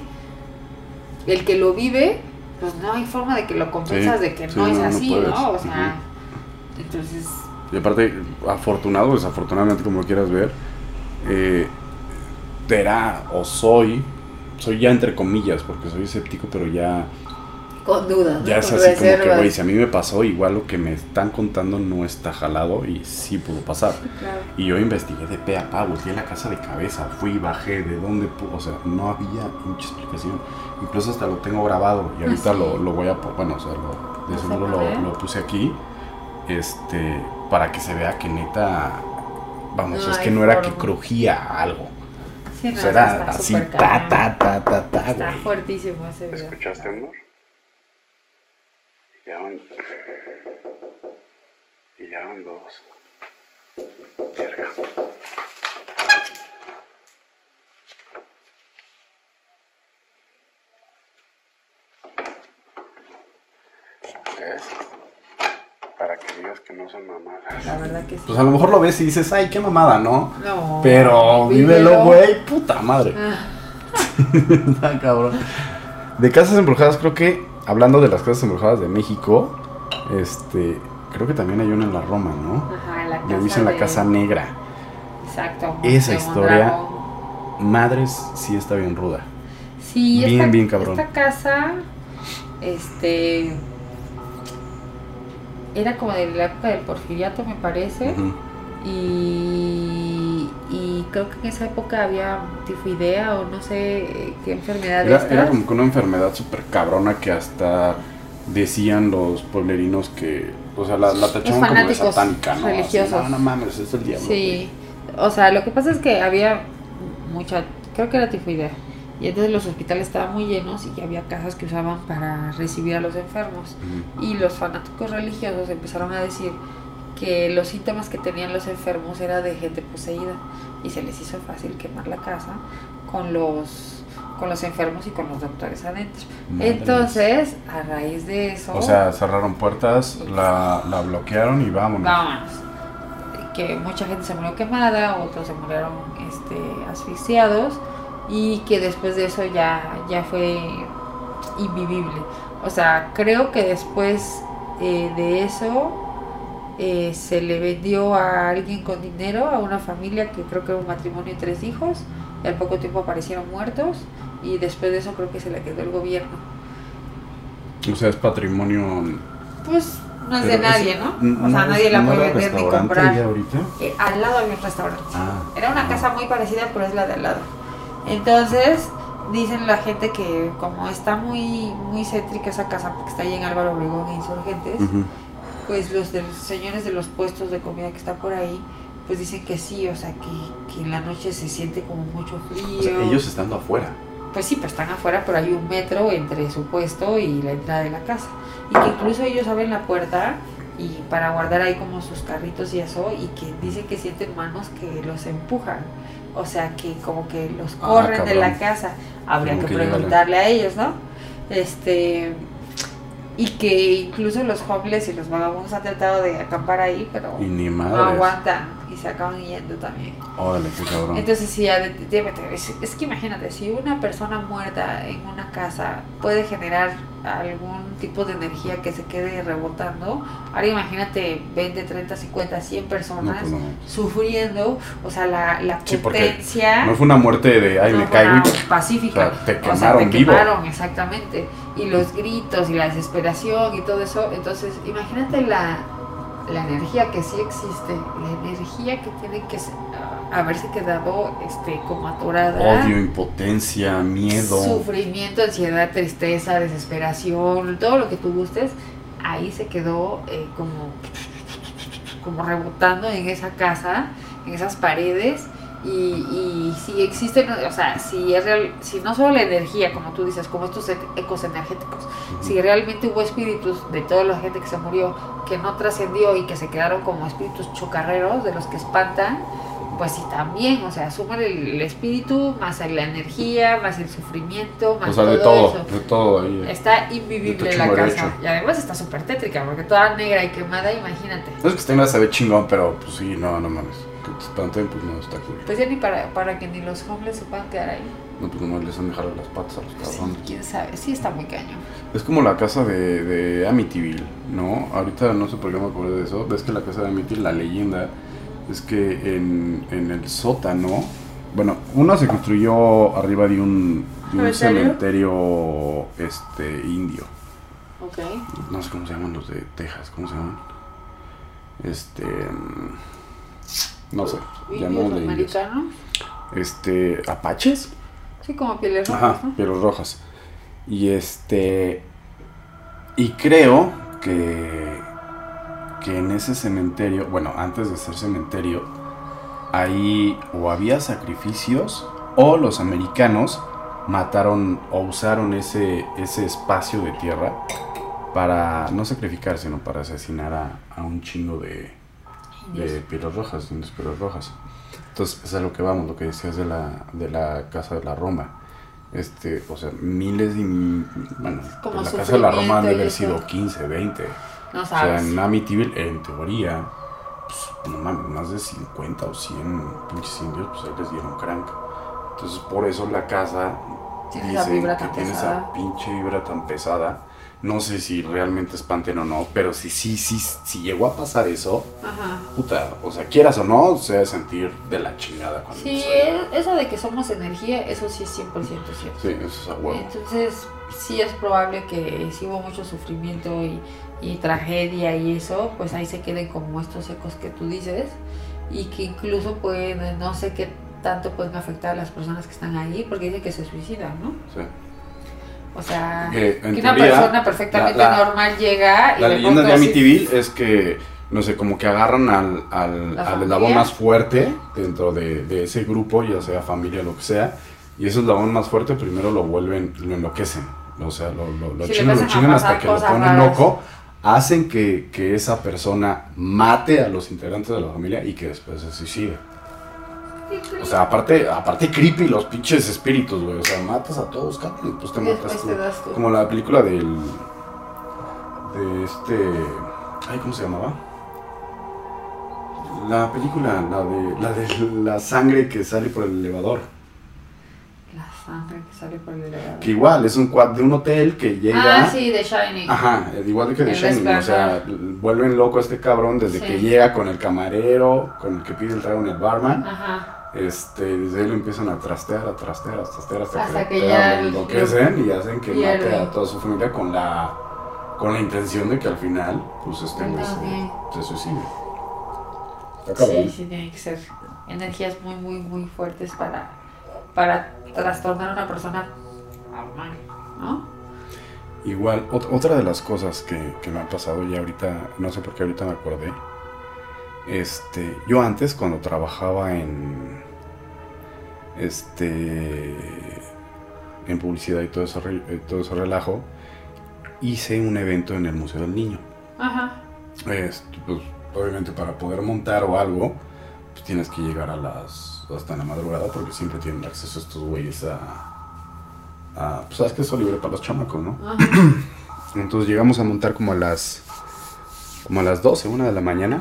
el que lo vive, pues no hay forma de que lo compensas sí, de que sí, no es no, así, ¿no? ¿no? O sea, uh-huh. Entonces... Y aparte, afortunado o desafortunadamente, como lo quieras ver, eh, será o soy, soy ya entre comillas, porque soy escéptico, pero ya... Con dudas, ¿no? Ya es Con así reservas. como que, güey, si a mí me pasó, igual lo que me están contando no está jalado y sí pudo pasar. Sí, claro. Y yo investigué de pe a pa, busqué la casa de cabeza, fui, bajé, de dónde pudo, o sea, no había mucha explicación. Incluso hasta lo tengo grabado y ahorita ¿Ah, sí? lo, lo voy a, bueno, o sea, lo, de seguro lo, lo puse aquí, este, para que se vea que neta, vamos, no es que no forma. Era que crujía algo. Sí, no, o sea, era así, ta, ta, ta, ta, ta, está güey. fuertísimo ese video. ¿Escuchaste, amor? Ya van... Y ya van dos. Verga. ¿Ves? Para que digas que no son mamadas. La verdad que sí. Pues a lo mejor lo ves y dices, ay, qué mamada, ¿no? No. Pero vívelo, güey, puta madre. Ah. Está cabrón. De casas embrujadas, creo que... Hablando de las casas embrujadas de México, este, creo que también hay una en la Roma, ¿no? Ajá, la casa Le dicen de... la Casa Negra. Exacto. Esa historia, madres, sí está bien ruda. Sí, bien, esta, bien cabrón. Esta casa, este, era como de la época del Porfiriato, me parece, uh-huh. y, y creo que en esa época había tifoidea o no sé qué enfermedad Era, esta. era como que una enfermedad súper cabrona que hasta decían los pueblerinos que, o sea, la, la tachaban como de satánica, ¿no? Religiosos. Así, no, no mames, es el diablo. Sí, o sea, lo que pasa es que había mucha, creo que era tifoidea. Y entonces los hospitales estaban muy llenos y había casas que usaban para recibir a los enfermos. Uh-huh. Y los fanáticos religiosos empezaron a decir que los síntomas que tenían los enfermos era de gente poseída. Y se les hizo fácil quemar la casa con los, con los enfermos y con los doctores adentro. Madre entonces, a raíz de eso... O sea, cerraron puertas, la, la bloquearon y vámonos. Vámonos. Que mucha gente se murió quemada, otros se murieron este, asfixiados. Y que después de eso ya, ya fue invivible. O sea, creo que después eh, de eso eh, se le vendió a alguien con dinero, a una familia que creo que era un matrimonio y tres hijos, y al poco tiempo aparecieron muertos, y después de eso creo que se le quedó el gobierno. O sea, es patrimonio... Pues no es de nadie, es, ¿no? O sea, no, nadie la puede vender ni comprar. Ahorita? Eh, al lado había un restaurante. Ah, era una ah. casa muy parecida, pero es la de al lado. Entonces, dicen la gente que como está muy muy céntrica esa casa, porque está ahí en Álvaro Obregón e Insurgentes, uh-huh. pues los, de, los señores de los puestos de comida que están por ahí, pues dicen que sí, o sea, que, que en la noche se siente como mucho frío. O sea, ellos estando afuera. Pues sí, pues están afuera, pero hay un metro entre su puesto y la entrada de la casa. Y que incluso ellos abren la puerta y para guardar ahí como sus carritos y eso, y que dicen que sienten manos que los empujan. O sea, que como que los corren ah, de la casa. Habría como que, que preguntarle a ellos, ¿no? Este... Y que incluso los homeless y los vagabundos han tratado de acampar ahí, pero y ni no aguantan y se acaban yendo también. Órale, qué cabrón. Entonces, sí, ya, de, de, de, es, es que imagínate, si una persona muerta en una casa puede generar algún tipo de energía que se quede rebotando, ahora imagínate veinte, treinta, cincuenta, cien personas no, pues no. sufriendo, o sea, la, la sí, potencia... No fue una muerte de, ay, no me caigo y... pacífica. O sea, te quemaron, o sea, te vivo. quemaron, exactamente. Y los gritos y la desesperación y todo eso. Entonces, imagínate la, la energía que sí existe, la energía que tiene que uh, haberse quedado este, como atorada. Odio, impotencia, miedo. Sufrimiento, ansiedad, tristeza, desesperación, todo lo que tú gustes, ahí se quedó eh, como, como rebotando en esa casa, en esas paredes. Y, y si existen, o sea, si es real, si no solo la energía, como tú dices, como estos ecos energéticos, uh-huh. si realmente hubo espíritus de toda la gente que se murió, que no trascendió y que se quedaron como espíritus chocarreros, de los que espantan, pues sí también, o sea, suman el, el espíritu, más la energía, más el sufrimiento, más o sea, todo, de todo eso. De todo ahí. Está invivible la casa. Hecho. Y además está súper tétrica, porque toda negra y quemada, imagínate. No es que tenga se ve chingón, pero pues sí, no, no mames. Que te espanten, pues no, está cool. Pues ya ni para, para que ni los hombres se puedan quedar ahí. No, pues no les han dejado las patas a los cabrones. Sí, quién sabe, sí está muy cañón. Es como la casa de, de Amityville, ¿no? Ahorita no sé por qué me acordé de eso. Ves que la casa de Amityville, la leyenda es que en, en el sótano, bueno, una se construyó arriba de un, de un cementerio este, indio. Ok. No sé cómo se llaman los de Texas, ¿cómo se llaman? Este... No sé, llamémosle americanos. Este, ¿apaches? Sí, como pieles rojas, Ajá, ¿no? pieles rojas. Y este... Y creo que... Que en ese cementerio, bueno, antes de ser cementerio, ahí o había sacrificios o los americanos mataron o usaron ese, ese espacio de tierra para no sacrificar, sino para asesinar a, a un chingo de... de pieles rojas, de pieles rojas. Entonces, es a lo que vamos, lo que decías de la, de la casa de la Roma. Este, o sea, miles y... Bueno, como la casa de la Roma debe haber eso. sido quince, veinte. No sabes. O sea, en Amityville, en teoría, pues, no mames, más de cincuenta o cien pinches indios, pues ahí les dieron crank. Entonces, por eso la casa tiene dice esa vibra que tan tiene pesada. esa pinche vibra tan pesada. No sé si realmente espanten o no, pero si sí, sí, sí, si llegó a pasar eso, Ajá. puta, o sea, quieras o no, se debe sentir de la chingada cuando Sí, suena. eso de que somos energía, eso sí es cien por ciento cierto. Sí, eso es a huevo. Entonces, sí es probable que si hubo mucho sufrimiento y, y tragedia y eso, pues ahí se queden como estos ecos que tú dices. y que incluso pueden, no sé qué tanto pueden afectar a las personas que están ahí, porque dicen que se suicidan, ¿no? Sí. O sea, Eh, que una teoría, persona perfectamente la, la, normal llega y la de leyenda de pronto así- Amityville es que, no sé, como que agarran al, al, ¿La al familia? eslabón más fuerte dentro de, de ese grupo, ya sea familia o lo que sea, y ese eslabón más fuerte primero lo vuelven, lo enloquecen, o sea, lo, lo, lo Sí, le chingan, lo empiezan a chingan hasta pasar que lo cosas ponen raras. loco, hacen que, que esa persona mate a los integrantes de la familia y que después se suicide. O sea, aparte, aparte creepy los pinches espíritus, güey. O sea, matas a todos, cabrón, y pues te Y matas después tú. te das tú. Como la película del... De este... Ay, ¿cómo se llamaba? La película, la de, la de la sangre que sale por el elevador. La sangre que sale por el elevador. Que igual, es un quad de un hotel que llega... Ah, sí, de Shining. Ajá, igual de que de El Shining, o sea, Resplandor. vuelven loco a este cabrón desde Sí. que llega con el camarero, con el que pide el trago en el barman. Ajá. Este, desde ahí lo empiezan a trastear, a trastear, a trastear hasta, Hasta que, que ya lo el- enloquecen y hacen que pierde. mate a toda su familia con la con la intención de que al final pues este Él güey también. se, se suicide. Está cabrón. Sí, sí, tiene que ser energías muy, muy, muy fuertes para, para trastornar a una persona normal, ¿no? Igual, ot- otra de las cosas que, que me ha pasado y ahorita, no sé por qué ahorita me acordé, este, yo antes cuando trabajaba en, este, en publicidad y todo ese, re- eh, todo ese relajo, hice un evento en el Museo del Niño. Ajá. Este, pues, obviamente para poder montar o algo, pues tienes que llegar a las, hasta la madrugada porque siempre tienen acceso estos güeyes a, a, pues sabes que es libre para los chamacos, ¿no? Ajá. Entonces llegamos a montar como a las como a las doce, una de la mañana.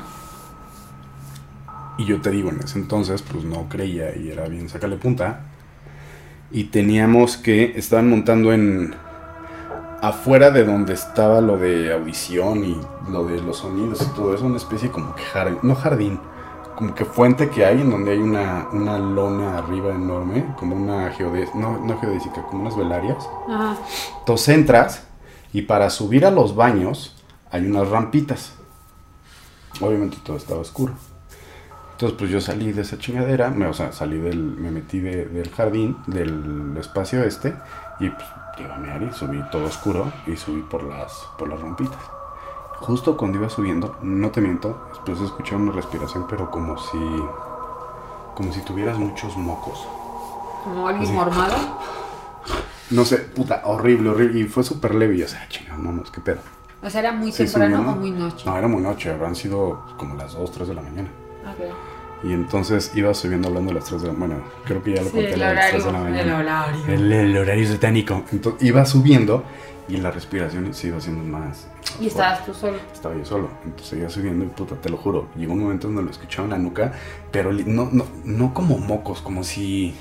Y yo te digo, en ese entonces pues no creía y era bien sácale punta. Y teníamos que, estaban montando en afuera de donde estaba lo de audición y lo de los sonidos y todo eso, una especie como que jardín, no jardín, como que fuente que hay en donde hay una, una lona arriba enorme, como una geodésica, no, no geodésica, como unas velarias. Ajá. Entonces entras y para subir a los baños hay unas rampitas. Obviamente todo estaba oscuro. Entonces pues yo salí de esa chingadera, me, o sea, salí del, me metí de, del jardín, del espacio este, y pues iba a mear y subí todo oscuro y subí por las, por las rampitas. Justo cuando iba subiendo, no te miento, después escuché una respiración, pero como si, como si tuvieras muchos mocos. Como alguien Sí. mormado. No sé, puta, horrible, horrible. Y fue súper leve. Y yo, o sea, chingada, manos, qué pedo. O sea, era muy Sí, temprano subió, o ¿no? muy noche. No, era muy noche, habrán sido como las dos, tres de la mañana. Ok. Y entonces iba subiendo hablando de las tres de la mañana. Bueno, creo que ya lo Sí, conté el a las tres horario. de la mañana. El horario. El, el horario satánico. Entonces iba subiendo y la respiración se iba haciendo más. Y estabas tú solo. Estaba yo solo. Entonces seguía subiendo y puta, te lo juro. Llegó un momento donde lo escuchaba en la nuca, pero li- no, no, no como mocos, como si.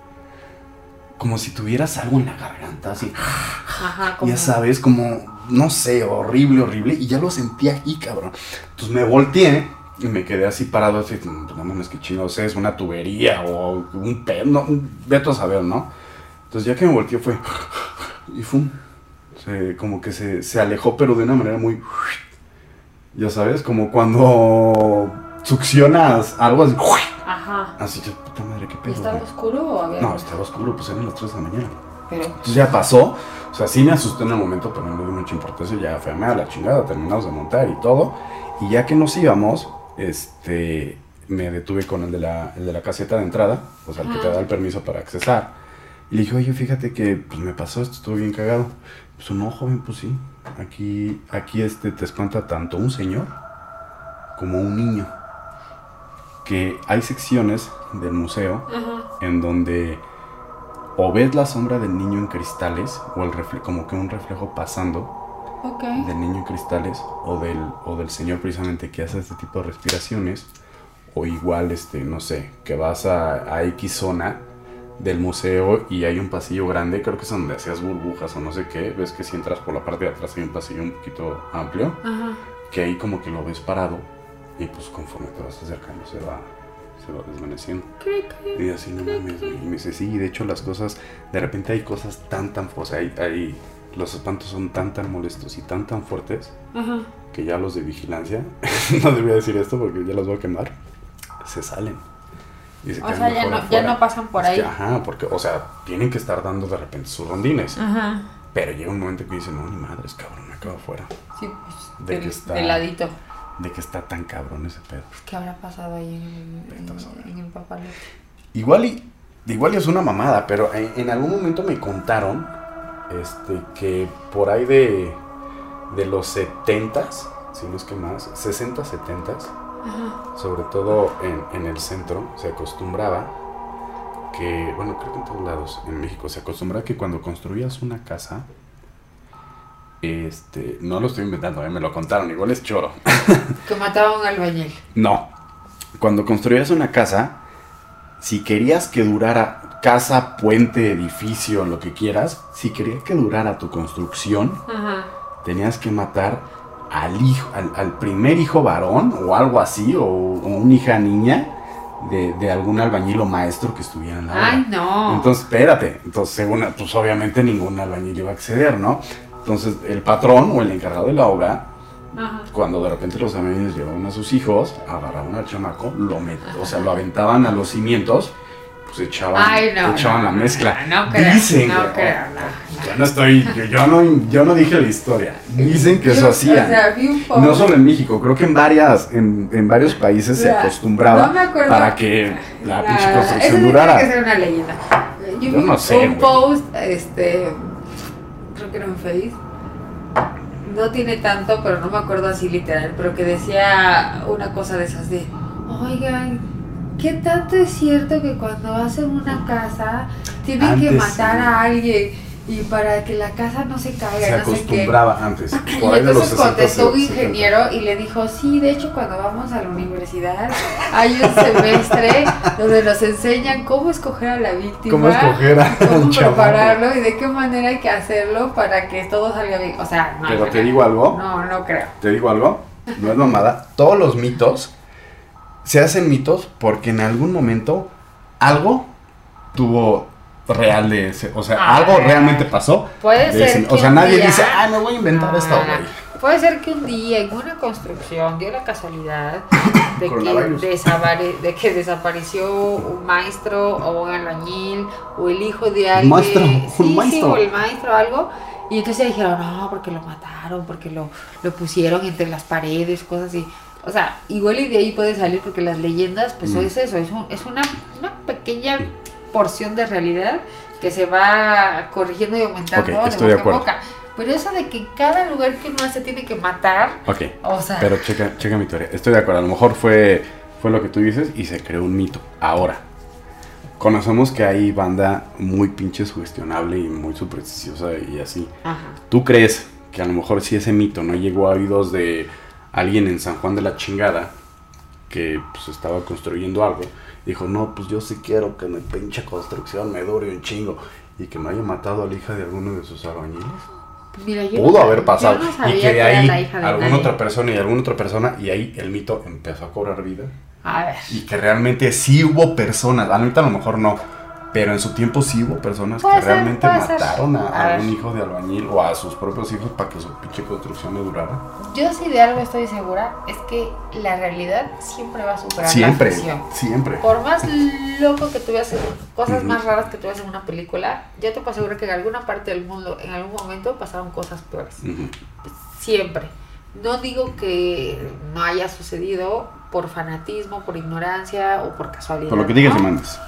Como si tuvieras algo en la garganta, así. Ajá, como. Ya sabes, como, no sé, horrible, horrible. Y ya lo sentía aquí, cabrón. Entonces me volteé y me quedé así parado, así, pues no mames, qué chingados es, una tubería o un pedo, no, vete a saber, ¿no? Entonces ya que me volteé fue, y fum, se, como que se, se alejó, pero de una manera muy, ya sabes, como cuando succionas algo así, Ajá. así, yo, puta madre, qué ¿Y pedo. estaba güey. oscuro o había? No, estaba oscuro, pues eran las tres de la mañana. Pero. Entonces ya pasó, o sea, sí me asusté en el momento, pero no le di mucha importancia, ya fue a la chingada, terminamos de montar y todo, y ya que nos íbamos, este, me detuve con el de la, el de la caseta de entrada, o sea, el que te da el permiso para accesar, y le dije, oye, fíjate que, pues, me pasó esto, estuvo bien cagado. Pues, no, joven, pues sí, aquí, aquí, este, te espanta tanto un señor como un niño, que hay secciones del museo Ajá. en donde o ves la sombra del niño en cristales o el refle- como que un reflejo pasando Ok. del niño en cristales o del, o del señor precisamente que hace este tipo de respiraciones, o igual este no sé, que vas a, a X zona del museo y hay un pasillo grande, creo que es donde hacías burbujas o no sé qué, ves que si entras por la parte de atrás hay un pasillo un poquito amplio, Ajá. que ahí como que lo ves parado y pues conforme te vas acercando se va, se va desvaneciendo. ¿Qué, qué? Y así, no mames, güey. Y me dice, sí, de hecho las cosas, de repente hay cosas tan, tan, o sea, hay, hay, los espantos son tan, tan molestos y tan, tan fuertes, Ajá. que ya los de vigilancia, no debería decir esto porque ya los voy a quemar, se salen. Y se o sea, ya no, ya no pasan por es ahí. Que, ajá, porque, o sea, tienen que estar dando de repente sus rondines. Ajá. Pero llega un momento que dicen, no, ni madres, cabrón, me acabo afuera. Sí, pues, De del, que está- de ladito. De que está tan cabrón ese pedo. ¿Qué habrá pasado ahí en el, Vete a saber. en, en el papalote? Igual y, igual y es una mamada, pero en, en algún momento me contaron este, que por ahí de, de los setentas, si no es que más, sesenta, setentas, Ajá. sobre todo en, en el centro, se acostumbraba que, bueno, creo que en todos lados en México se acostumbraba que cuando construías una casa, este, no lo estoy inventando, ¿eh? Me lo contaron, igual es choro. Que mataba a un albañil. No, cuando construías una casa, si querías que durara casa, puente, edificio, lo que quieras, si querías que durara tu construcción, Ajá. tenías que matar al hijo, al, al primer hijo varón o algo así, o, o una hija niña de, de algún albañil o maestro que estuviera en la obra. Ay, no. Entonces, espérate, entonces según, pues obviamente ningún albañil iba a acceder, ¿no? Entonces el patrón o el encargado de la obra, Ajá. cuando de repente los albañiles llevaban a sus hijos, agarraban al chamaco, lo met, o sea, lo aventaban a los cimientos, pues echaban, Ay, no, echaban no, la mezcla. No, no creo, Dicen, no güey, creo, oh, no. yo no estoy, yo, yo no, yo no dije la historia. Dicen que eso Yo, hacían. O sea, vi un post. No solo en México, creo que en varias, en, en varios países se Ya, acostumbraba no me acuerdo. para que la La- pinche eso construcción sí durara. tiene que ser una leyenda. Yo, Yo vi no sé, un güey. post, este, creo que era en Face. No tiene tanto, pero no me acuerdo así literal, pero que decía una cosa de esas de, oigan, ¿qué tanto es cierto que cuando hacen una casa tienen que Antes matar sí. a alguien y para que la casa no se caiga, Se no sé qué? acostumbraba antes. Y Por ahí de los entonces sesenta, contestó un setenta. ingeniero y le dijo, sí, de hecho cuando vamos a la universidad hay un semestre donde nos enseñan cómo escoger a la víctima, ¿Cómo escoger a cómo un chamaco? prepararlo y de qué manera hay que hacerlo para que todo salga bien. O sea, no. Pero no, te digo algo. No, no creo. Te digo algo, no es mamada. Todos los mitos se hacen mitos porque en algún momento algo tuvo real de ese, o sea, Ah, algo realmente pasó. Puede de ser ese- que o sea, un nadie día- dice, ah, me voy a inventar No, esto, no, güey. no. Puede ser que un día en una construcción dio la casualidad de que, Coronavirus. desapare- de que desapareció un maestro o un albañil o el hijo de alguien. maestro, un sí, sí, maestro. o el maestro o algo. Y entonces dijeron, no, porque lo mataron, porque lo, lo pusieron entre las paredes, cosas así. O sea, igual y de ahí puede salir porque las leyendas, pues Mm. es eso, es, un- es una, una pequeña porción de realidad que se va corrigiendo y aumentando Ok, de estoy de boca en acuerdo. boca. Pero eso de que cada lugar que uno hace tiene que matar, Ok, o sea, pero checa, checa mi teoría. Estoy de acuerdo, a lo mejor fue, fue lo que tú dices y se creó un mito. Ahora, conocemos que hay banda muy pinche sugestionable y muy supersticiosa y así. ajá. ¿Tú crees que a lo mejor si ese mito no llegó a oídos de alguien en San Juan de la Chingada que pues estaba construyendo algo? Dijo, no, pues yo sí quiero que mi pinche construcción me dure un chingo y que me haya matado a la hija de alguno de sus albañiles. Mira, yo Pudo no haber sab- pasado. yo no sabía Y que de era ahí la hija de alguna nadie. otra persona y alguna otra persona y ahí el mito empezó a cobrar vida. A ver. Y que realmente sí hubo personas, ahorita a lo mejor no, pero en su tiempo sí hubo personas Puede que ser, realmente puede ser. mataron a, A a ver. algún hijo de albañil o a sus propios hijos para que su pinche construcción le durara. Yo sí de algo estoy segura, es que la realidad siempre va a superar Siempre, la ficción. siempre. Por más loco que tú veas, cosas Ujú. más raras que tú veas en una película, yo te puedo asegurar que en alguna parte del mundo, en algún momento, pasaron cosas peores. Ujú. Siempre. No digo que no haya sucedido por fanatismo, por ignorancia o por casualidad. Por lo que digas, ¿no? hermanos.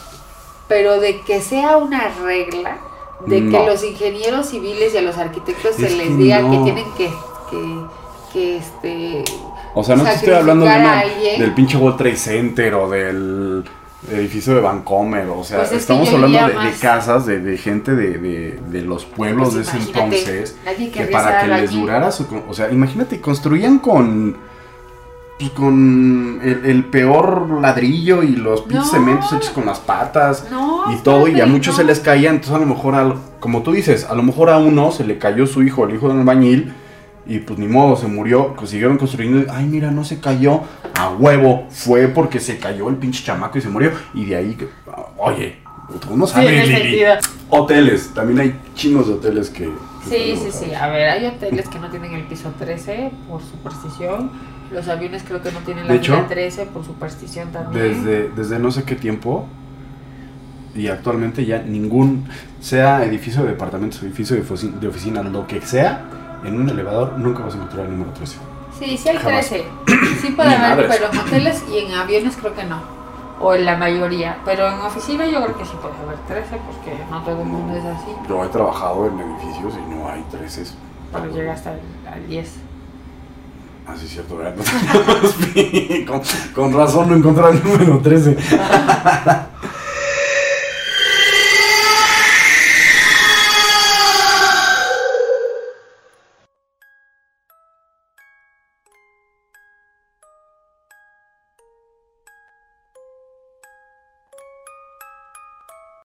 Pero de que sea una regla, de No. que los ingenieros civiles y a los arquitectos se Es les que diga no. que tienen que, que, que este... O sea, no te estoy hablando de sacrificar una- a alguien. del pinche World Trade Center o del edificio de Vancomer. O sea, Pues es que estamos yo hablando diría de, de más- casas, de, de gente de, de, de los pueblos Pues de ese imagínate, entonces. nadie Que querría para estar que les allí. durara su... con- O sea, imagínate, construían con... Pues con el, el peor ladrillo y los pinches No. cementos hechos con las patas No, y todo, y a espérate, muchos no. se les caía, entonces a lo mejor, al- como tú dices, a lo mejor a uno se le cayó su hijo, el hijo del albañil, y pues ni modo, se murió, pues siguieron construyendo, y, ay mira, no se cayó, a huevo, fue porque se cayó el pinche chamaco y se murió, y de ahí, que, oye, uno sabe, Tiene Lili, sentido. Hoteles, también hay chingos de hoteles que... que Sí, están sí, enojados. sí. A ver, hay hoteles que no tienen el piso trece por superstición. Los aviones creo que no tienen la De hecho, fila trece por superstición también. Desde, desde no sé qué tiempo y actualmente ya ningún, sea edificio de departamentos, edificio de, ofici- de oficinas, lo que sea, en un elevador nunca vas a encontrar el número trece. Sí, sí hay Jamás. trece. Sí puede Ni haber, madres. pero en hoteles y en aviones creo que no. O en la mayoría. Pero en oficina yo creo que sí puede haber trece porque no todo el mundo es así. Yo he trabajado en edificios y no hay trece. Pero llega hasta el, al diez. Ah, sí, es cierto, ¿verdad? con, con razón no encontrar el número trece.